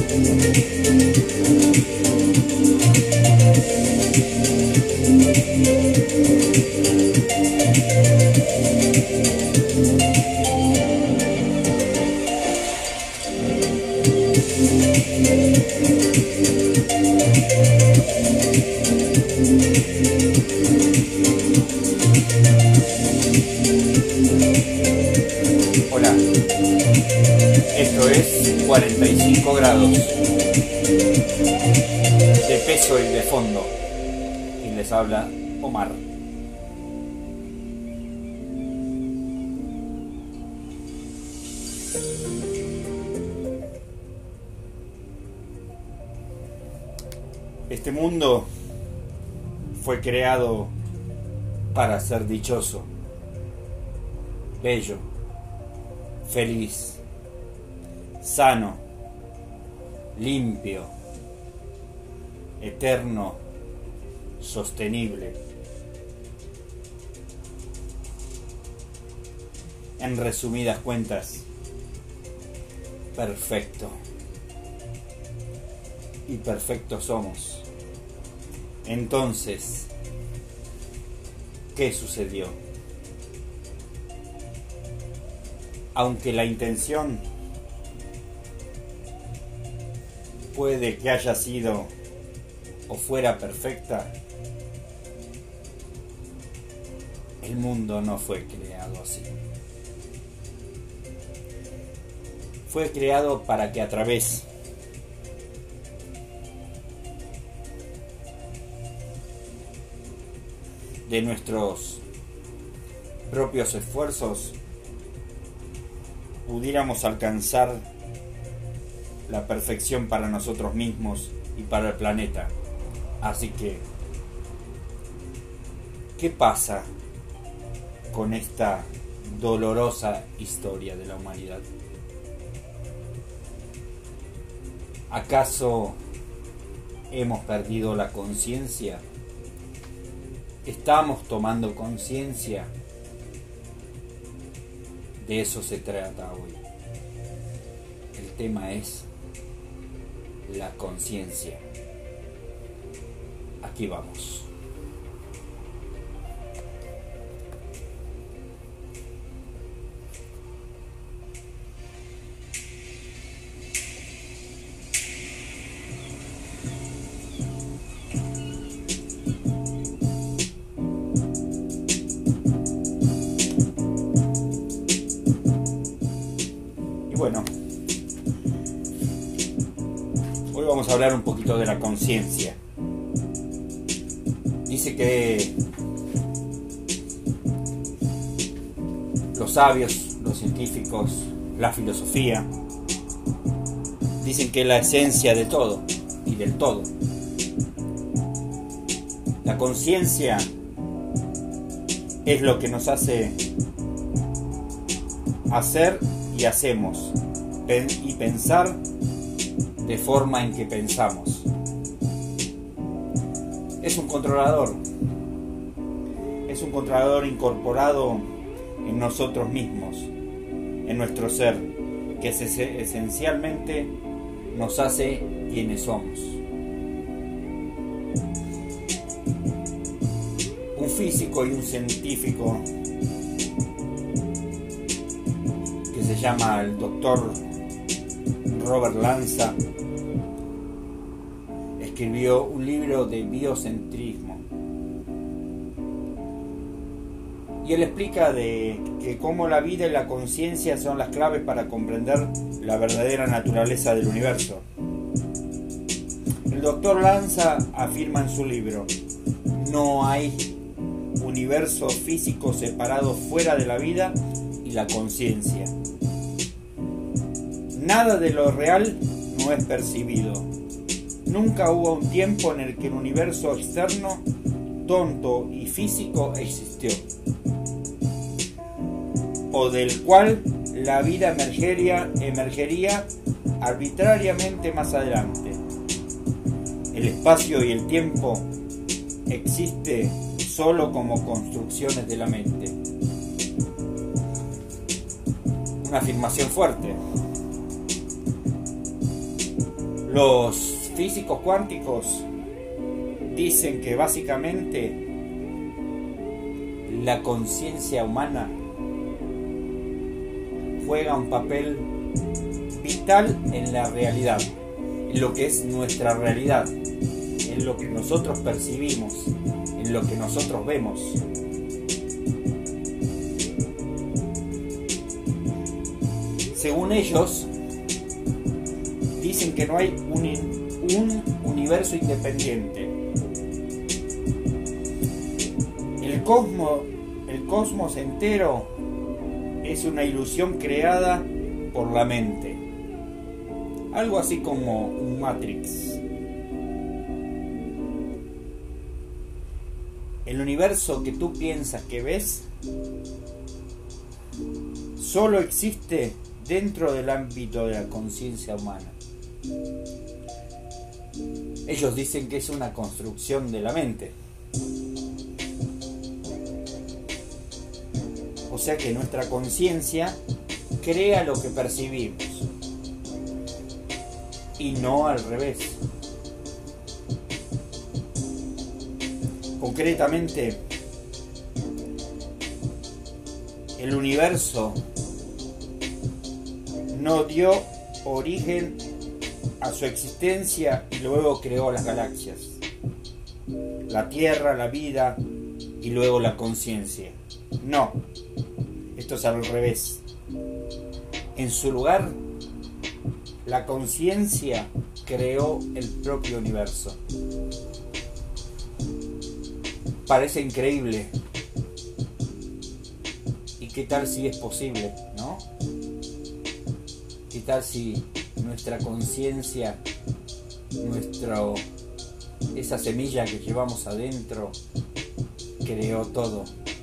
Hola, esto es 45 grados de peso y de fondo. Y les habla Omar. Este mundo fue creado para ser dichoso, bello, feliz, sano, limpio, eterno, sostenible. En resumidas cuentas, perfecto. Y perfectos somos. Entonces, ¿qué sucedió? Aunque la intención puede que haya sido o fuera perfecta, el mundo no fue creado así. Fue creado para que a través de nuestros propios esfuerzos pudiéramos alcanzar la perfección para nosotros mismos y para el planeta. Así que, ¿qué pasa con esta dolorosa historia de la humanidad? ¿Acaso hemos perdido la conciencia? ¿Estamos tomando conciencia? De eso se trata hoy. El tema es la conciencia. Aquí vamos. Bueno, hoy vamos a hablar un poquito de la conciencia. Dice que los sabios, los científicos, la filosofía, dicen que es la esencia de todo y del todo. La conciencia es lo que nos hace hacer y hacemos y pensar de forma en que pensamos. Es un controlador incorporado en nosotros mismos, en nuestro ser, que esencialmente nos hace quienes somos. Un físico y un científico que se llama el doctor Robert Lanza escribió un libro de biocentrismo y él explica que cómo la vida y la conciencia son las claves para comprender la verdadera naturaleza del universo. El doctor Lanza afirma en su libro: no hay universo físico separado fuera de la vida y la conciencia. Nada de lo real no es percibido. Nunca hubo un tiempo en el que el universo externo, tonto y físico existió, o del cual la vida emergería arbitrariamente más adelante. El espacio y el tiempo existe solo como construcciones de la mente. Una afirmación fuerte. Los físicos cuánticos dicen que básicamente la conciencia humana juega un papel vital en la realidad, en lo que es nuestra realidad, en lo que nosotros percibimos, en lo que nosotros vemos. Según ellos, dicen que no hay un universo independiente. El cosmos entero es una ilusión creada por la mente. Algo así como un Matrix. El universo que tú piensas que ves solo existe dentro del ámbito de la conciencia humana. Ellos dicen que es una construcción de la mente. O sea que nuestra conciencia crea lo que percibimos y no al revés. Concretamente, el universo no dio origen a su existencia y luego creó las galaxias, la Tierra, la vida y luego la conciencia. No, esto es al revés. En su lugar, la conciencia creó el propio universo. Parece increíble. ¿Y qué tal si es posible, no? ¿Qué tal si nuestra conciencia, esa semilla que llevamos adentro, creó todo?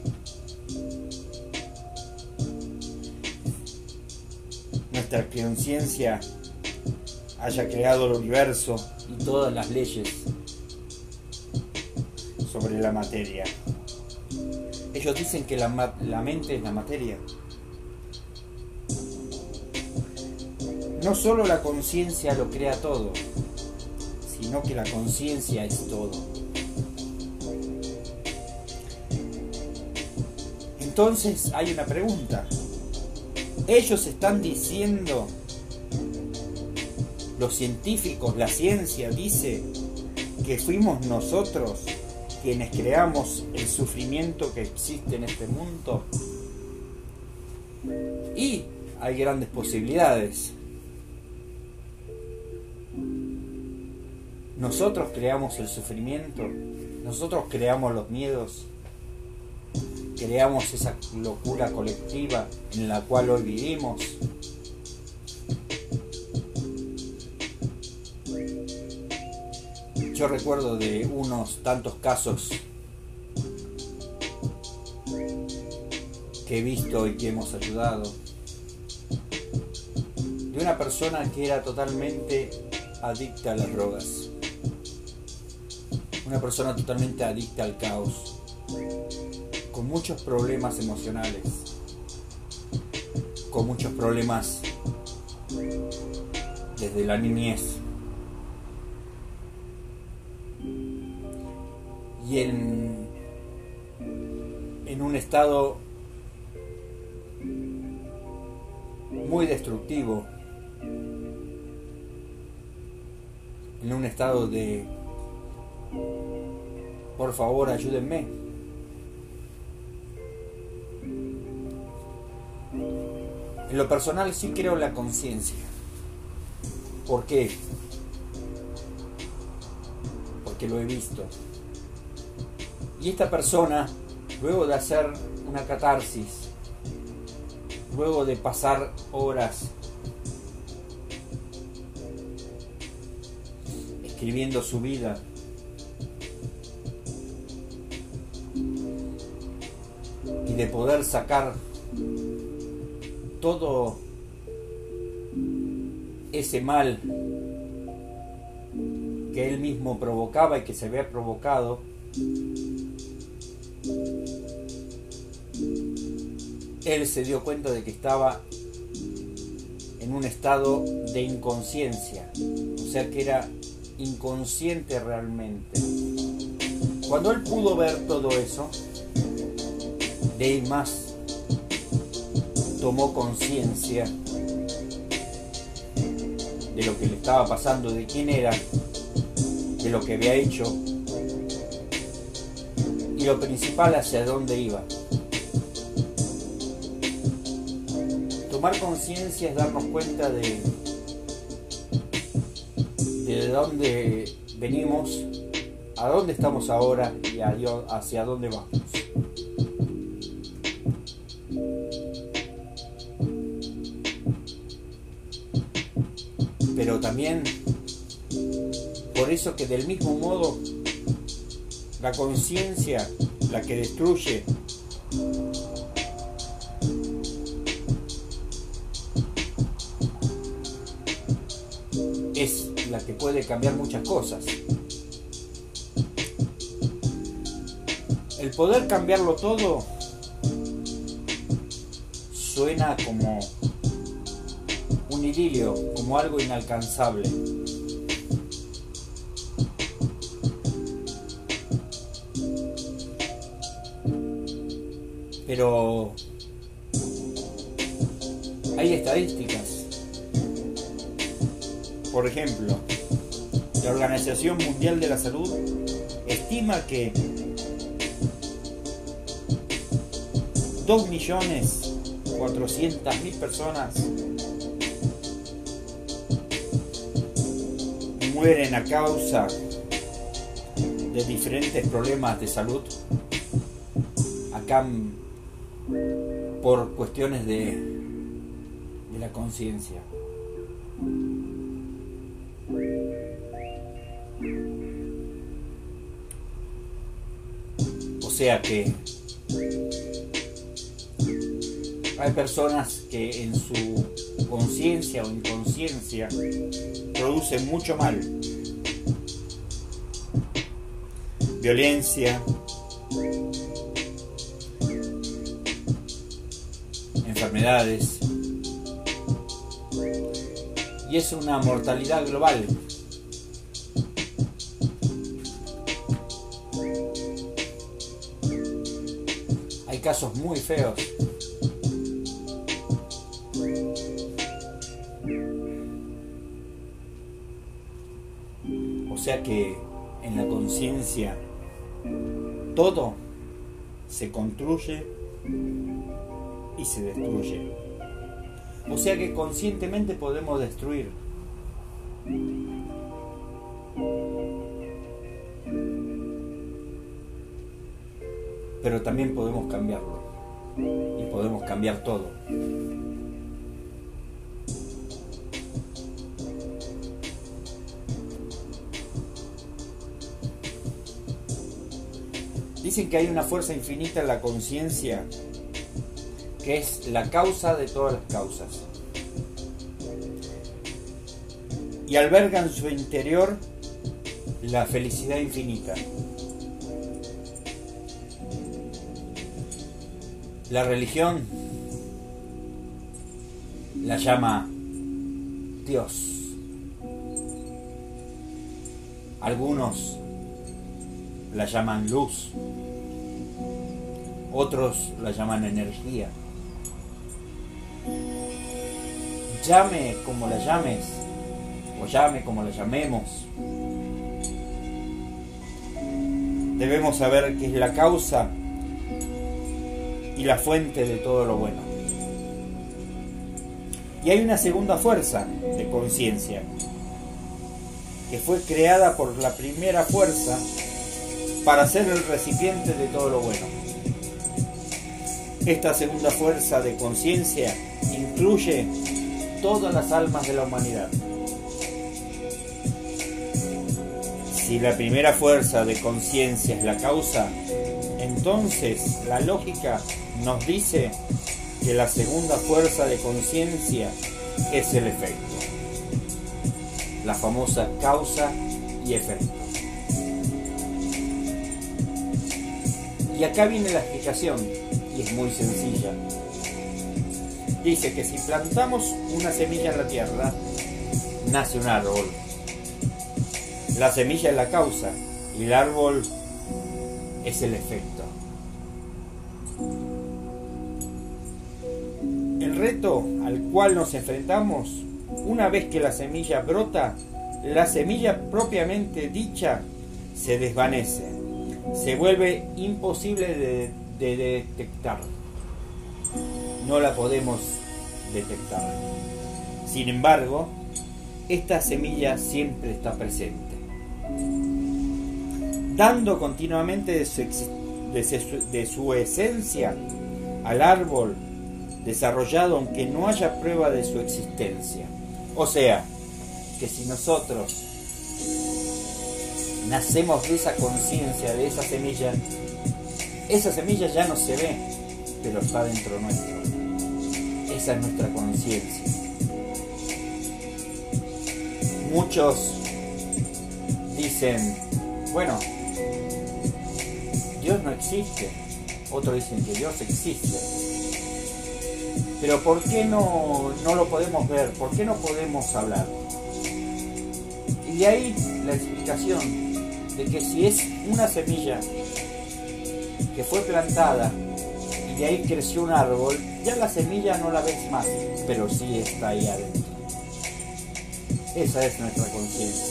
Nuestra conciencia haya creado el universo y todas las leyes sobre la materia. Ellos dicen que la mente es la materia. No solo la conciencia lo crea todo, sino que la conciencia es todo. Entonces hay una pregunta. Ellos están diciendo, los científicos, la ciencia dice que fuimos nosotros quienes creamos el sufrimiento que existe en este mundo. Y hay grandes posibilidades. Nosotros creamos el sufrimiento, nosotros creamos los miedos, creamos esa locura colectiva en la cual hoy vivimos. Yo recuerdo de unos tantos casos que he visto y que hemos ayudado, de una persona que era totalmente adicta a las drogas, una persona totalmente adicta al caos, con muchos problemas emocionales, con muchos problemas desde la niñez, y en un estado muy destructivo, en un estado de por favor ayúdenme. En lo personal sí creo en la conciencia. ¿Por qué? Porque lo he visto. Y esta persona, luego de hacer una catarsis, luego de pasar horas escribiendo su vida, y de poder sacar todo ese mal que él mismo provocaba y que se había provocado, él se dio cuenta de que estaba en un estado de inconsciencia, o sea que era inconsciente realmente. Cuando él pudo ver todo eso, de ahí más tomó conciencia de lo que le estaba pasando, de quién era, de lo que había hecho y lo principal, hacia dónde iba. Tomar conciencia es darnos cuenta de dónde venimos, a dónde estamos ahora y hacia dónde vamos. Pero también, por eso que del mismo modo, la conciencia, la que destruye, es la que puede cambiar muchas cosas. El poder cambiarlo todo suena como un idilio, como algo inalcanzable. Pero hay estadísticas. Por ejemplo, la Organización Mundial de la Salud estima que 2.400.000 personas mueren a causa de diferentes problemas de salud acá por cuestiones de la conciencia. O sea que hay personas que en su conciencia o inconsciencia producen mucho mal, violencia, enfermedades, y es una mortalidad global. Hay casos muy feos. O sea que en la conciencia todo se construye y se destruye. O sea que conscientemente podemos destruir. Pero también podemos cambiarlo. Y podemos cambiar todo. Dicen que hay una fuerza infinita en la conciencia que es la causa de todas las causas y alberga en su interior la felicidad infinita. La religión la llama Dios. Algunos la llaman luz, otros la llaman energía. Llame como la llames, o llame como la llamemos, debemos saber que es la causa y la fuente de todo lo bueno. Y hay una segunda fuerza de conciencia que fue creada por la primera fuerza para ser el recipiente de todo lo bueno. Esta segunda fuerza de conciencia incluye todas las almas de la humanidad. Si la primera fuerza de conciencia es la causa, entonces la lógica nos dice que la segunda fuerza de conciencia es el efecto. La famosa causa y efecto. Y acá viene la explicación, y es muy sencilla. dice que si plantamos una semilla en la tierra, nace un árbol. La semilla es la causa y el árbol es el efecto. El reto al cual nos enfrentamos, una vez que la semilla brota, la semilla propiamente dicha se desvanece, se vuelve imposible de detectar. No la podemos detectar. Sin embargo, esta semilla siempre está presente, dando continuamente de su esencia al árbol desarrollado, aunque no haya prueba de su existencia. O sea, que si nosotros nacemos de esa conciencia, de esa semilla ya no se ve, pero está dentro nuestro. Esa es nuestra conciencia. Muchos dicen, bueno, Dios no existe. Otros dicen que Dios existe. Pero ¿por qué no lo podemos ver? ¿Por qué no podemos hablar? Y de ahí la explicación de que si es una semilla que fue plantada y de ahí creció un árbol, ya la semilla no la ves más, pero sí está ahí adentro. Esa es nuestra conciencia.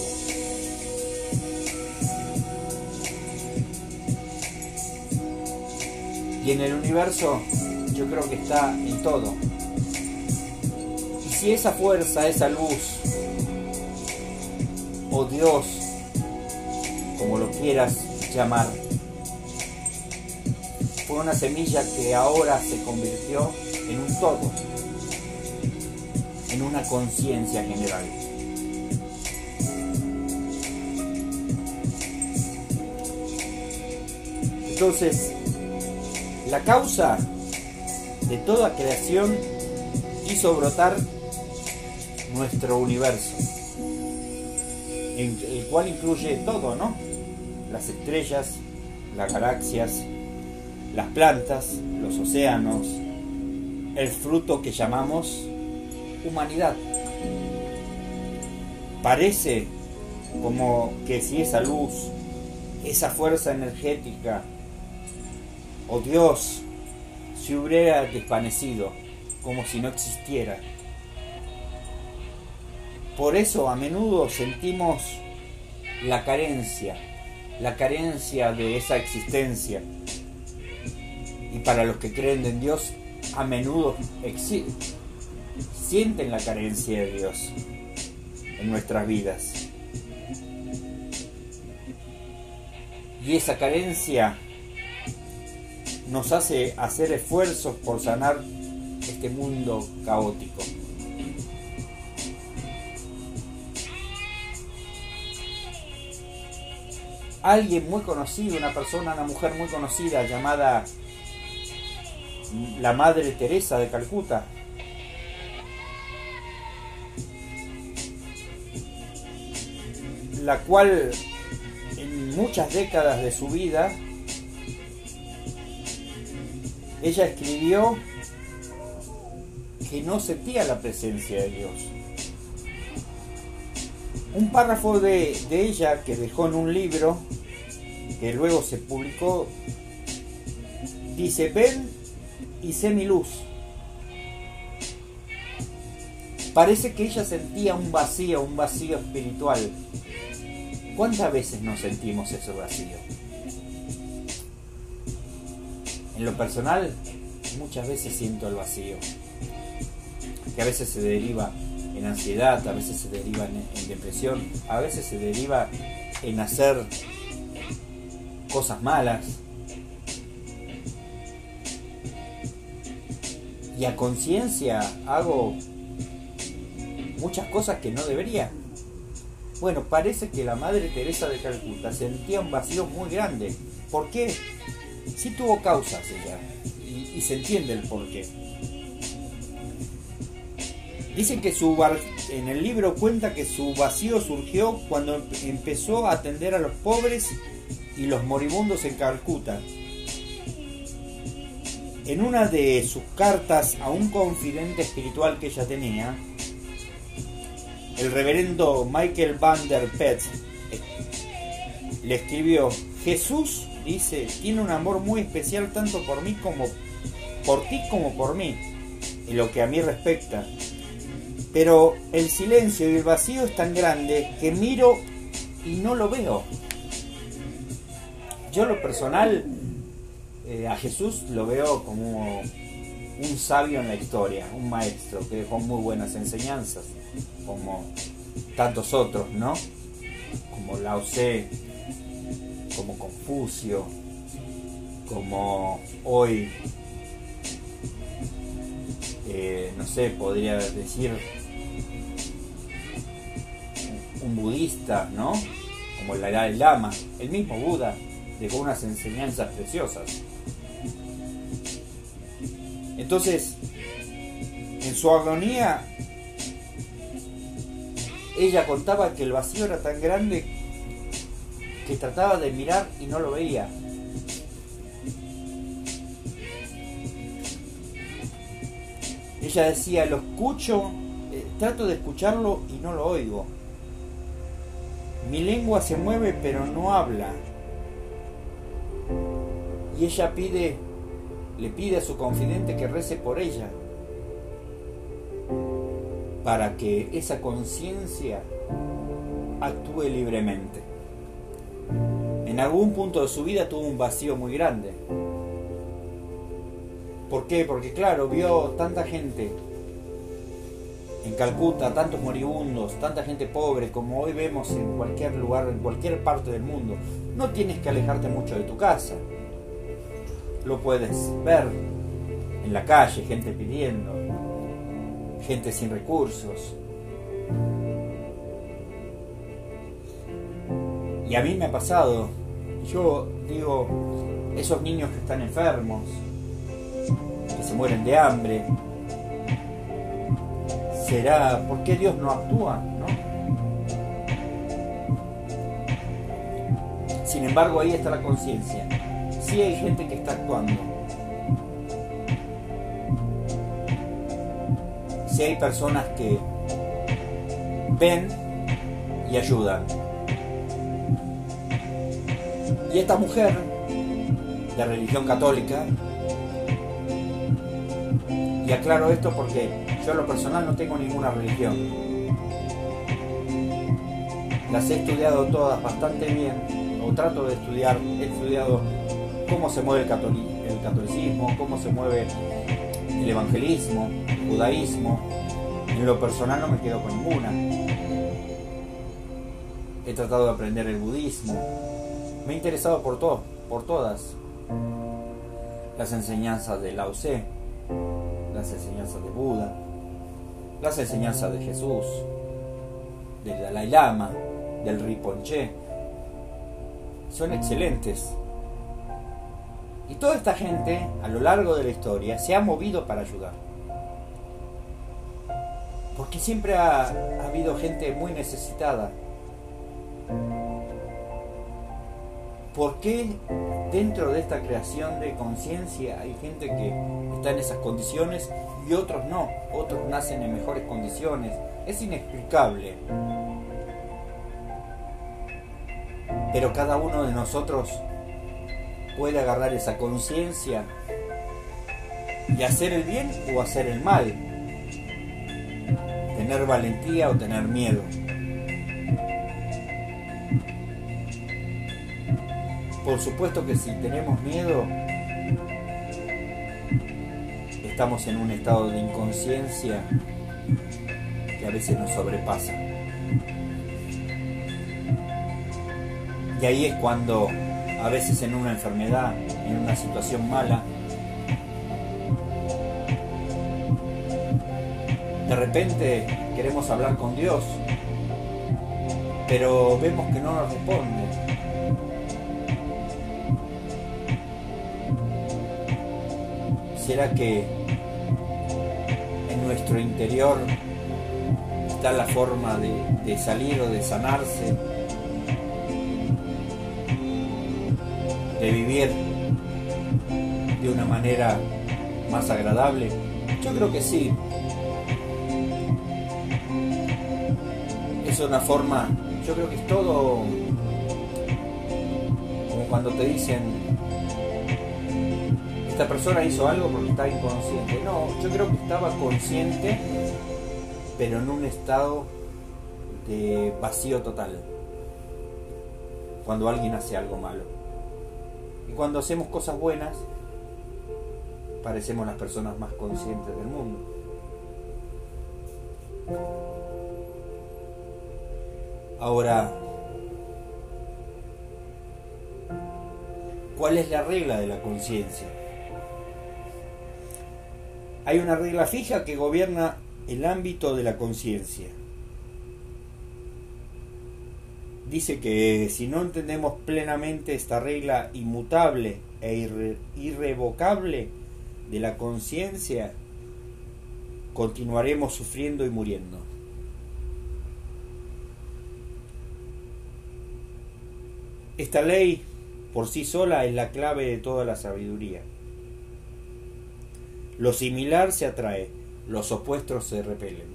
Y en el universo yo creo que está en todo. Y si esa fuerza, esa luz, o Dios, como lo quieras llamar, fue una semilla que ahora se convirtió en un todo, en una conciencia general. Entonces, la causa de toda creación hizo brotar nuestro universo, el cual incluye todo, ¿no? Las estrellas, las galaxias, las plantas, los océanos, el fruto que llamamos humanidad. Parece como que si esa luz, esa fuerza energética o Dios se hubiera desvanecido, como si no existiera. Por eso a menudo sentimos la carencia de esa existencia. Y para los que creen en Dios, a menudo sienten la carencia de Dios en nuestras vidas. Y esa carencia nos hace hacer esfuerzos por sanar este mundo caótico. Alguien muy conocido, una mujer muy conocida llamada la Madre Teresa de Calcuta, la cual en muchas décadas de su vida ella escribió que no sentía la presencia de Dios. Un párrafo de ella que dejó en un libro que luego se publicó dice: ven y sé mi luz. Parece que ella sentía un vacío espiritual. ¿Cuántas veces nos sentimos ese vacío? En lo personal, muchas veces siento el vacío, que a veces se deriva en ansiedad, a veces se deriva en depresión, a veces se deriva en hacer cosas malas. Y a conciencia hago muchas cosas que no debería. Bueno, parece que la Madre Teresa de Calcuta sentía un vacío muy grande. ¿Por qué? Sí tuvo causas ella, y se entiende el porqué. Dicen que en el libro cuenta que su vacío surgió cuando empezó a atender a los pobres y los moribundos en Calcuta. En una de sus cartas a un confidente espiritual que ella tenía, el reverendo Michael van der Pet le escribió: Jesús, dice, tiene un amor muy especial tanto por mí como por ti como por mí, en lo que a mí respecta. Pero el silencio y el vacío es tan grande que miro y no lo veo. Yo en lo personal a Jesús lo veo como un sabio en la historia, un maestro que dejó muy buenas enseñanzas, como tantos otros, ¿no? Como Lao Tse, como Confucio, como hoy, no sé, podría decir un budista, ¿no? Como el Dalai Lama, el mismo Buda dejó unas enseñanzas preciosas. Entonces, en su agonía, ella contaba que el vacío era tan grande que trataba de mirar y no lo veía. Ella decía: lo escucho, trato de escucharlo y no lo oigo. Mi lengua se mueve pero no habla. Y ella le pide a su confidente que rece por ella, para que esa conciencia actúe libremente. En algún punto de su vida tuvo un vacío muy grande. ¿Por qué? Porque claro, vio tanta gente en Calcuta, tantos moribundos, tanta gente pobre, como hoy vemos en cualquier lugar, en cualquier parte del mundo. No tienes que alejarte mucho de tu casa. Lo puedes ver en la calle, gente pidiendo, gente sin recursos. Y a mí me ha pasado. Yo digo, esos niños que están enfermos, que se mueren de hambre, ¿será por qué Dios no actúa? ¿No? Sin embargo, ahí está la conciencia. Sí hay gente que está actuando. Sí hay personas que ven y ayudan. Y esta mujer de religión católica, y aclaro esto porque yo en lo personal no tengo ninguna religión, las he estudiado todas bastante bien, o trato de estudiar, he estudiado cómo se mueve el catolicismo, cómo se mueve el evangelismo, el judaísmo. En lo personal no me quedo con ninguna. He tratado de aprender el budismo. Me he interesado por todas. Las enseñanzas de Lao Tse, las enseñanzas de Buda, las enseñanzas de Jesús, del Dalai Lama, del Rinpoche. Son excelentes. Y toda esta gente, a lo largo de la historia, se ha movido para ayudar. Porque siempre ha habido gente muy necesitada. ¿Por qué dentro de esta creación de conciencia hay gente que está en esas condiciones y otros no? Otros nacen en mejores condiciones. Es inexplicable. Pero cada uno de nosotros puede agarrar esa conciencia y hacer el bien o hacer el mal, tener valentía o tener miedo. Por supuesto que si tenemos miedo, estamos en un estado de inconsciencia que a veces nos sobrepasa. Y ahí es cuando a veces en una enfermedad, en una situación mala, de repente queremos hablar con Dios, pero vemos que no nos responde. ¿Será que en nuestro interior está la forma de salir o de sanarse? De vivir de una manera más agradable? Yo creo que sí. Es una forma, yo creo que es todo como cuando te dicen, esta persona hizo algo porque estaba inconsciente. No, yo creo que estaba consciente, pero en un estado de vacío total. Cuando alguien hace algo malo. Y cuando hacemos cosas buenas, parecemos las personas más conscientes del mundo. Ahora, ¿cuál es la regla de la conciencia? Hay una regla fija que gobierna el ámbito de la conciencia. Dice que si no entendemos plenamente esta regla inmutable e irrevocable de la conciencia, continuaremos sufriendo y muriendo. Esta ley por sí sola es la clave de toda la sabiduría. Lo similar se atrae, los opuestos se repelen.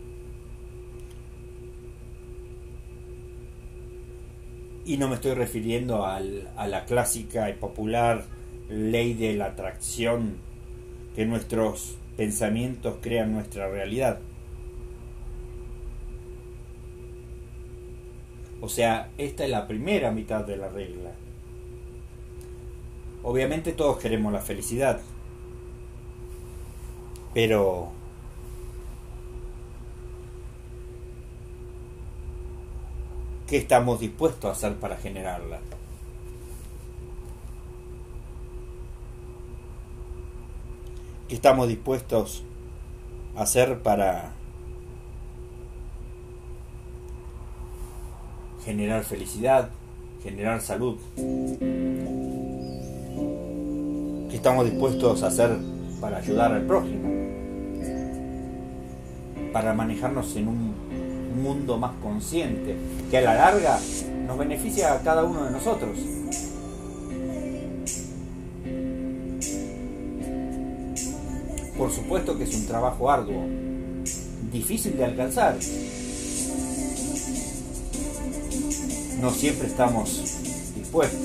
Y no me estoy refiriendo a la clásica y popular ley de la atracción, que nuestros pensamientos crean nuestra realidad. O sea, esta es la primera mitad de la regla. Obviamente todos queremos la felicidad, pero ¿qué estamos dispuestos a hacer para generarla? ¿Qué estamos dispuestos a hacer para generar felicidad, generar salud? ¿Qué estamos dispuestos a hacer para ayudar al prójimo? Para manejarnos en un mundo más consciente, que a la larga nos beneficia a cada uno de nosotros. Por supuesto que es un trabajo arduo, difícil de alcanzar. No siempre estamos dispuestos.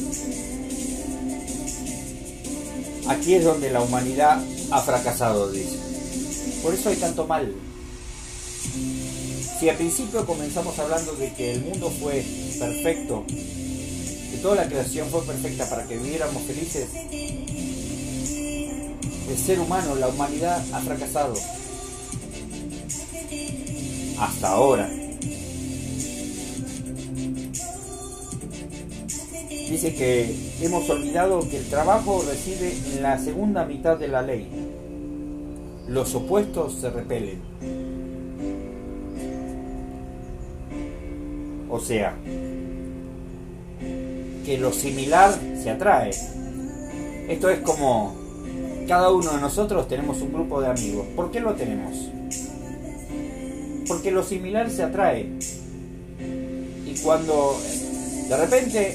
Aquí es donde la humanidad ha fracasado, dice. Por eso hay tanto mal. Si al principio comenzamos hablando de que el mundo fue perfecto, que toda la creación fue perfecta para que viviéramos felices, el ser humano, la humanidad ha fracasado. Hasta ahora. Dice que hemos olvidado que el trabajo reside en la segunda mitad de la ley. Los opuestos se repelen. O sea, que lo similar se atrae. Esto es como cada uno de nosotros tenemos un grupo de amigos. ¿Por qué lo tenemos? Porque lo similar se atrae. Y cuando de repente,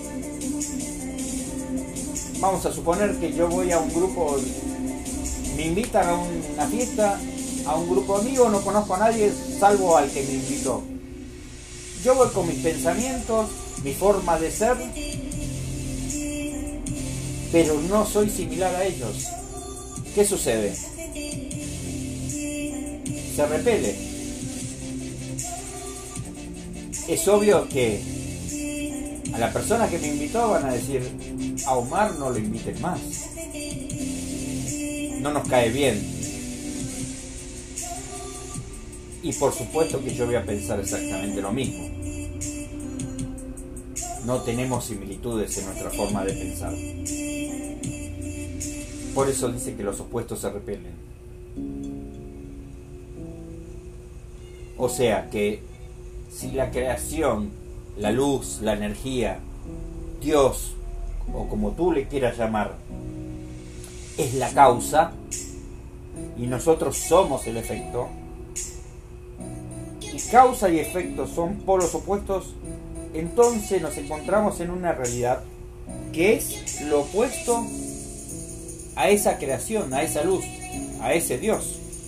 vamos a suponer que yo voy a un grupo, me invitan a una fiesta, a un grupo de amigos, no conozco a nadie salvo al que me invitó. Yo voy con mis pensamientos, mi forma de ser, pero no soy similar a ellos. ¿Qué sucede? Se repele. Es obvio que a la persona que me invitó van a decir, a Omar no lo inviten más. No nos cae bien. Y por supuesto que yo voy a pensar exactamente lo mismo. No tenemos similitudes en nuestra forma de pensar. Por eso dice que los opuestos se repelen. O sea que si la creación, la luz, la energía, Dios, o como tú le quieras llamar, es la causa y nosotros somos el efecto, y causa y efecto son polos opuestos, entonces nos encontramos en una realidad que es lo opuesto a esa creación, a esa luz, a ese Dios.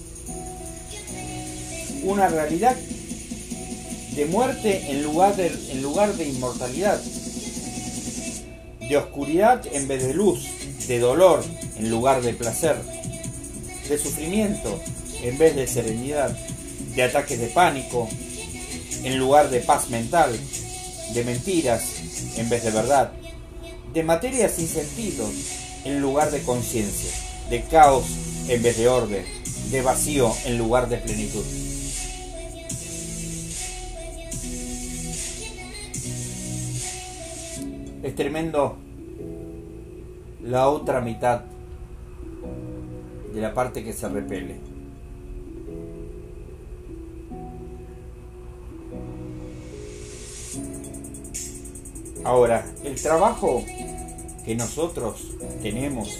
Una realidad de muerte en lugar de inmortalidad, de oscuridad en vez de luz, de dolor en lugar de placer, de sufrimiento en vez de serenidad, de ataques de pánico en lugar de paz mental, de mentiras en vez de verdad, de materia sin sentido en lugar de conciencia, de caos en vez de orden, de vacío en lugar de plenitud. Es tremendo la otra mitad de la parte que se repele. Ahora, el trabajo que nosotros tenemos,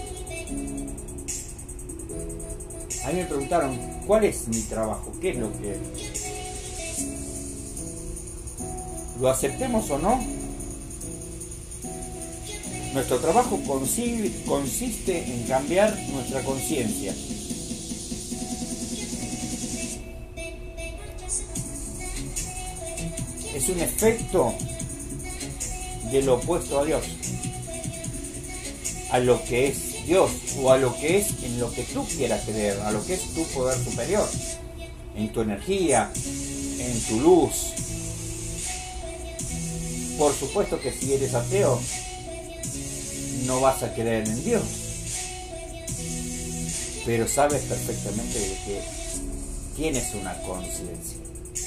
a mí me preguntaron, ¿cuál es mi trabajo? ¿Qué es lo que lo aceptemos o no? Nuestro trabajo consiste en cambiar nuestra conciencia. Es un efecto de lo opuesto a Dios, a lo que es Dios, o a lo que es en lo que tú quieras creer, a lo que es tu poder superior, en tu energía, en tu luz. Por supuesto que si eres ateo, no vas a creer en Dios, pero sabes perfectamente de que tienes una conciencia.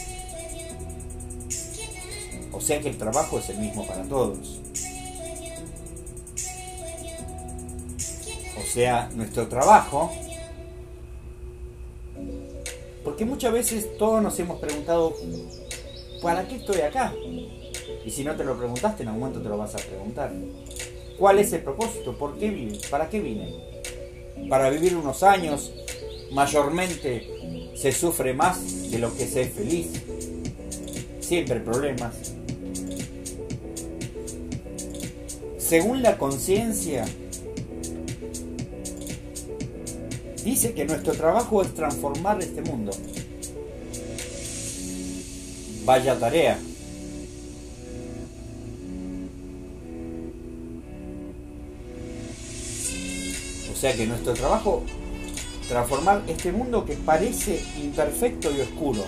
O sea que el trabajo es el mismo para todos. O sea, nuestro trabajo, porque muchas veces todos nos hemos preguntado, ¿para qué estoy acá? Y si no te lo preguntaste, en algún momento te lo vas a preguntar. ¿Cuál es el propósito? ¿Por qué vine? ¿Para qué vine? Para vivir unos años. Mayormente se sufre más de lo que se es feliz. Siempre problemas. Según la conciencia, dice que nuestro trabajo es transformar este mundo. Vaya tarea. O sea que nuestro trabajo, transformar este mundo que parece imperfecto y oscuro.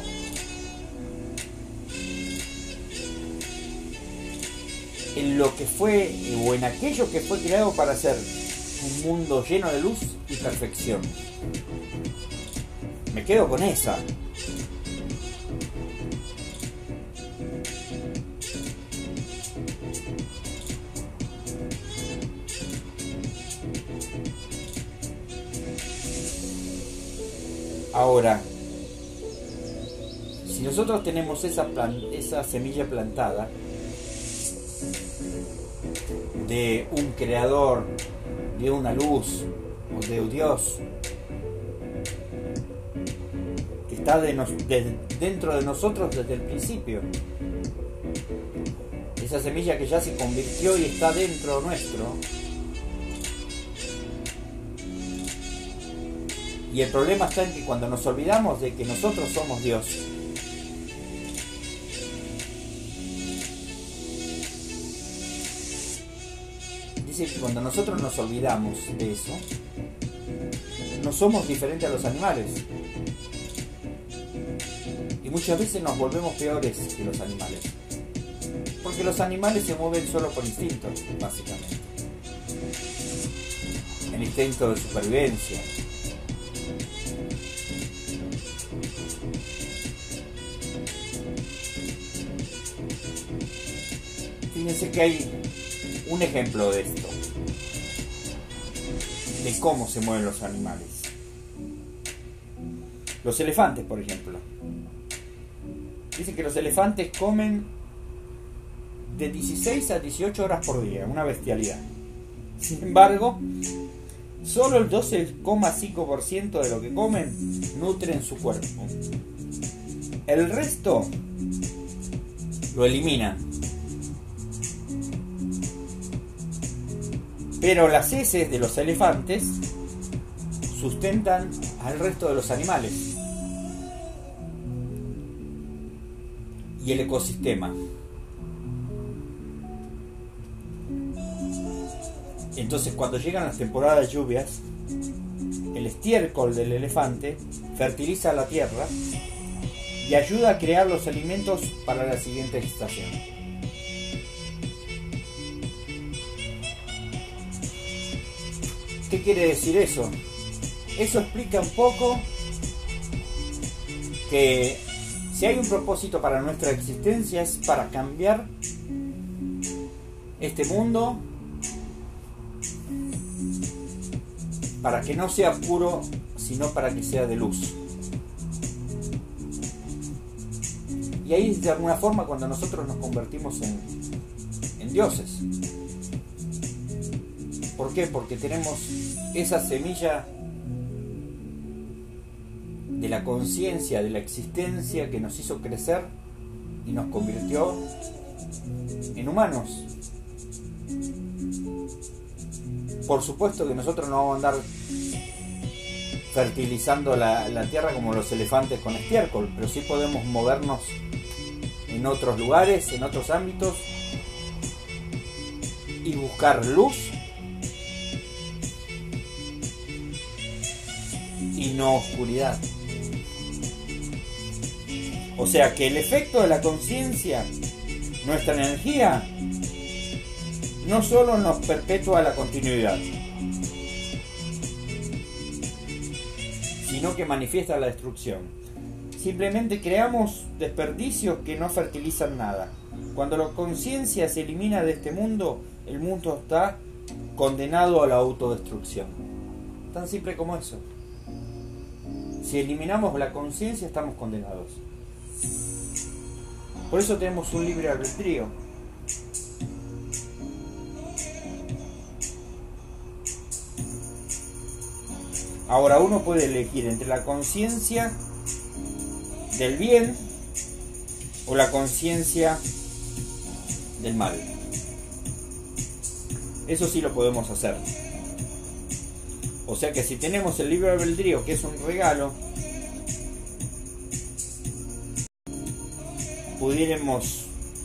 En lo que fue, o en aquello que fue creado para ser un mundo lleno de luz y perfección. Me quedo con esa. Ahora, si nosotros tenemos esa semilla plantada de un creador, de una luz, o de un Dios, que está dentro de nosotros desde el principio, esa semilla que ya se convirtió y está dentro nuestro. Y el problema está en que cuando nos olvidamos de que nosotros somos Dios, dice que cuando nosotros nos olvidamos de eso, no somos diferentes a los animales. Y muchas veces nos volvemos peores que los animales. Porque los animales se mueven solo por instinto, básicamente. El instinto de supervivencia. Fíjense que hay un ejemplo de esto, de cómo se mueven los animales. Los elefantes, por ejemplo. Dicen que los elefantes comen de 16 a 18 horas por día, una bestialidad. Sin embargo, solo el 12,5% de lo que comen nutren su cuerpo. El resto lo eliminan. Pero las heces de los elefantes sustentan al resto de los animales y el ecosistema. Entonces, cuando llegan las temporadas de lluvias, el estiércol del elefante fertiliza la tierra y ayuda a crear los alimentos para la siguiente estación. ¿Qué quiere decir eso? Eso explica un poco que si hay un propósito para nuestra existencia es para cambiar este mundo, para que no sea oscuro, sino para que sea de luz. Y ahí de alguna forma cuando nosotros nos convertimos en dioses. ¿Por qué? Porque tenemos esa semilla de la conciencia, de la existencia que nos hizo crecer y nos convirtió en humanos. Por supuesto que nosotros no vamos a andar fertilizando la tierra como los elefantes con estiércol, pero sí podemos movernos en otros lugares, en otros ámbitos y buscar luz y no oscuridad. O sea que el efecto de la conciencia, nuestra energía, no solo nos perpetúa la continuidad, sino que manifiesta la destrucción. Simplemente creamos desperdicios que no fertilizan nada. Cuando la conciencia se elimina de este mundo, el mundo está condenado a la autodestrucción. Tan simple como eso. Si eliminamos la conciencia, estamos condenados. Por eso tenemos un libre albedrío. Ahora uno puede elegir entre la conciencia del bien o la conciencia del mal. Eso sí lo podemos hacer. O sea que si tenemos el libre albedrío, que es un regalo, podemos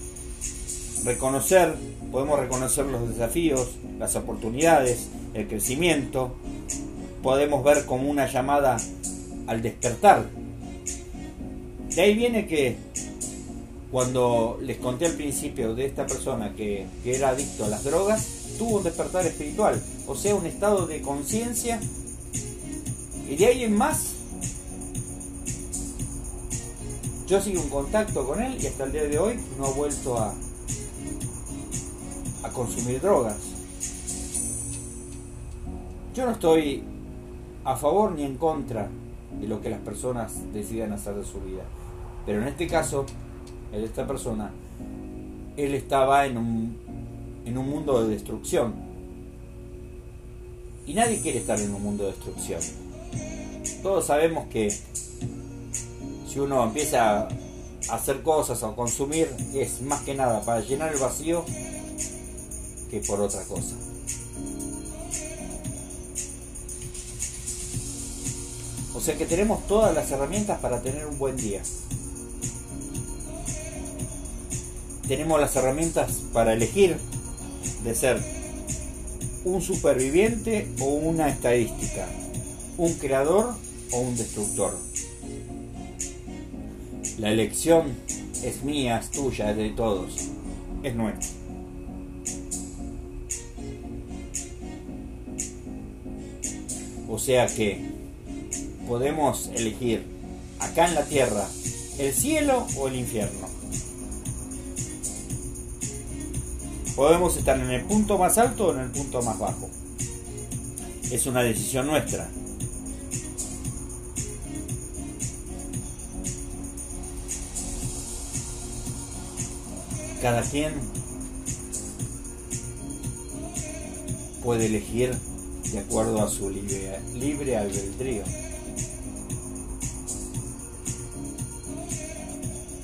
reconocer los desafíos, las oportunidades, el crecimiento. Podemos ver como una llamada al despertar. De ahí viene que cuando les conté al principio de esta persona que era adicto a las drogas, tuvo un despertar espiritual, o sea, un estado de conciencia, y de ahí en más yo sigo en contacto con él y hasta el día de hoy no ha vuelto a consumir drogas. Yo no estoy a favor ni en contra de lo que las personas decidan hacer de su vida, pero en este caso, esta persona, él estaba en un mundo de destrucción, y nadie quiere estar en un mundo de destrucción. Todos sabemos que si uno empieza a hacer cosas o a consumir, es más que nada para llenar el vacío que por otra cosa. O sea que tenemos todas las herramientas para tener un buen día. Tenemos las herramientas para elegir de ser un superviviente o una estadística, un creador o un destructor. La elección es mía, es tuya, es de todos, es nuestra. O sea que podemos elegir acá en la tierra el cielo o el infierno. Podemos estar en el punto más alto o en el punto más bajo. Es una decisión nuestra. Cada quien puede elegir de acuerdo a su libre albedrío.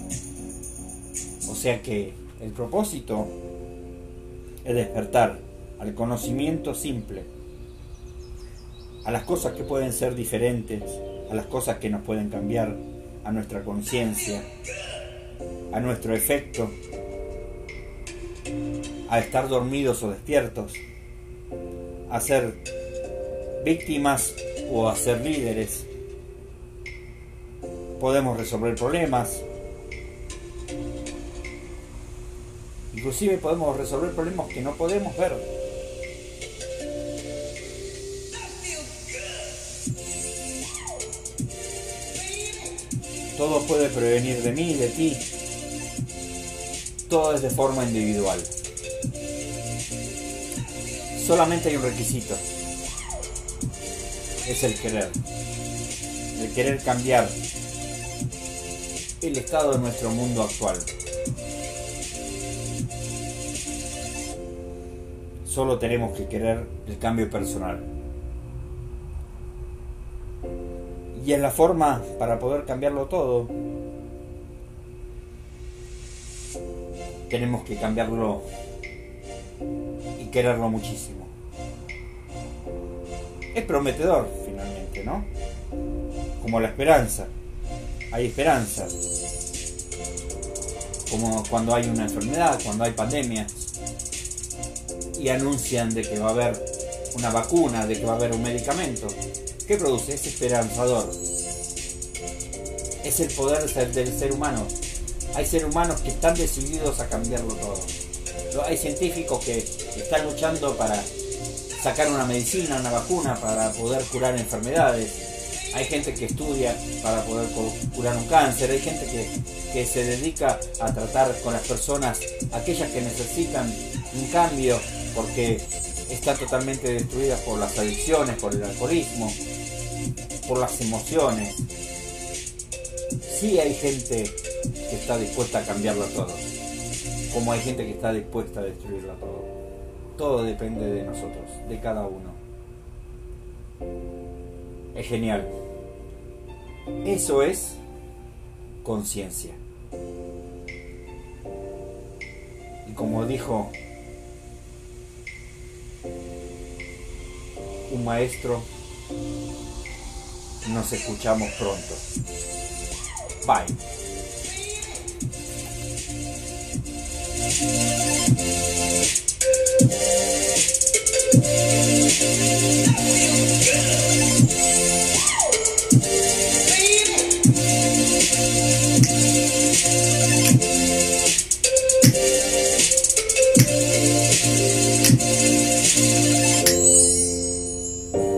O sea que el propósito es despertar, al conocimiento simple, a las cosas que pueden ser diferentes, a las cosas que nos pueden cambiar, a nuestra conciencia, a nuestro efecto, a estar dormidos o despiertos, a ser víctimas o a ser líderes. Podemos resolver problemas, inclusive podemos resolver problemas que no podemos ver. Todo puede prevenir de mí, de ti. Todo es de forma individual. Solamente hay un requisito. Es el querer. El querer cambiar el estado de nuestro mundo actual. Solo tenemos que querer el cambio personal. Y es la forma para poder cambiarlo todo. Tenemos que cambiarlo y quererlo muchísimo. Es prometedor finalmente, ¿no? Como la esperanza. Hay esperanza. Como cuando hay una enfermedad, cuando hay pandemia y anuncian de que va a haber una vacuna, de que va a haber un medicamento. ¿Qué produce? Es esperanzador. Es el poder del ser humano. Hay seres humanos que están decididos a cambiarlo todo. Hay científicos que están luchando para sacar una medicina, una vacuna, para poder curar enfermedades. Hay gente que estudia para poder curar un cáncer. Hay gente que se dedica a tratar con las personas, aquellas que necesitan un cambio, porque están totalmente destruidas por las adicciones, por el alcoholismo, por las emociones. Sí hay gente que está dispuesta a cambiarlo todo, como hay gente que está dispuesta a destruirlo todo. Todo depende de nosotros, de cada uno. Es genial. Eso es conciencia. Y como dijo un maestro, nos escuchamos pronto. Bye.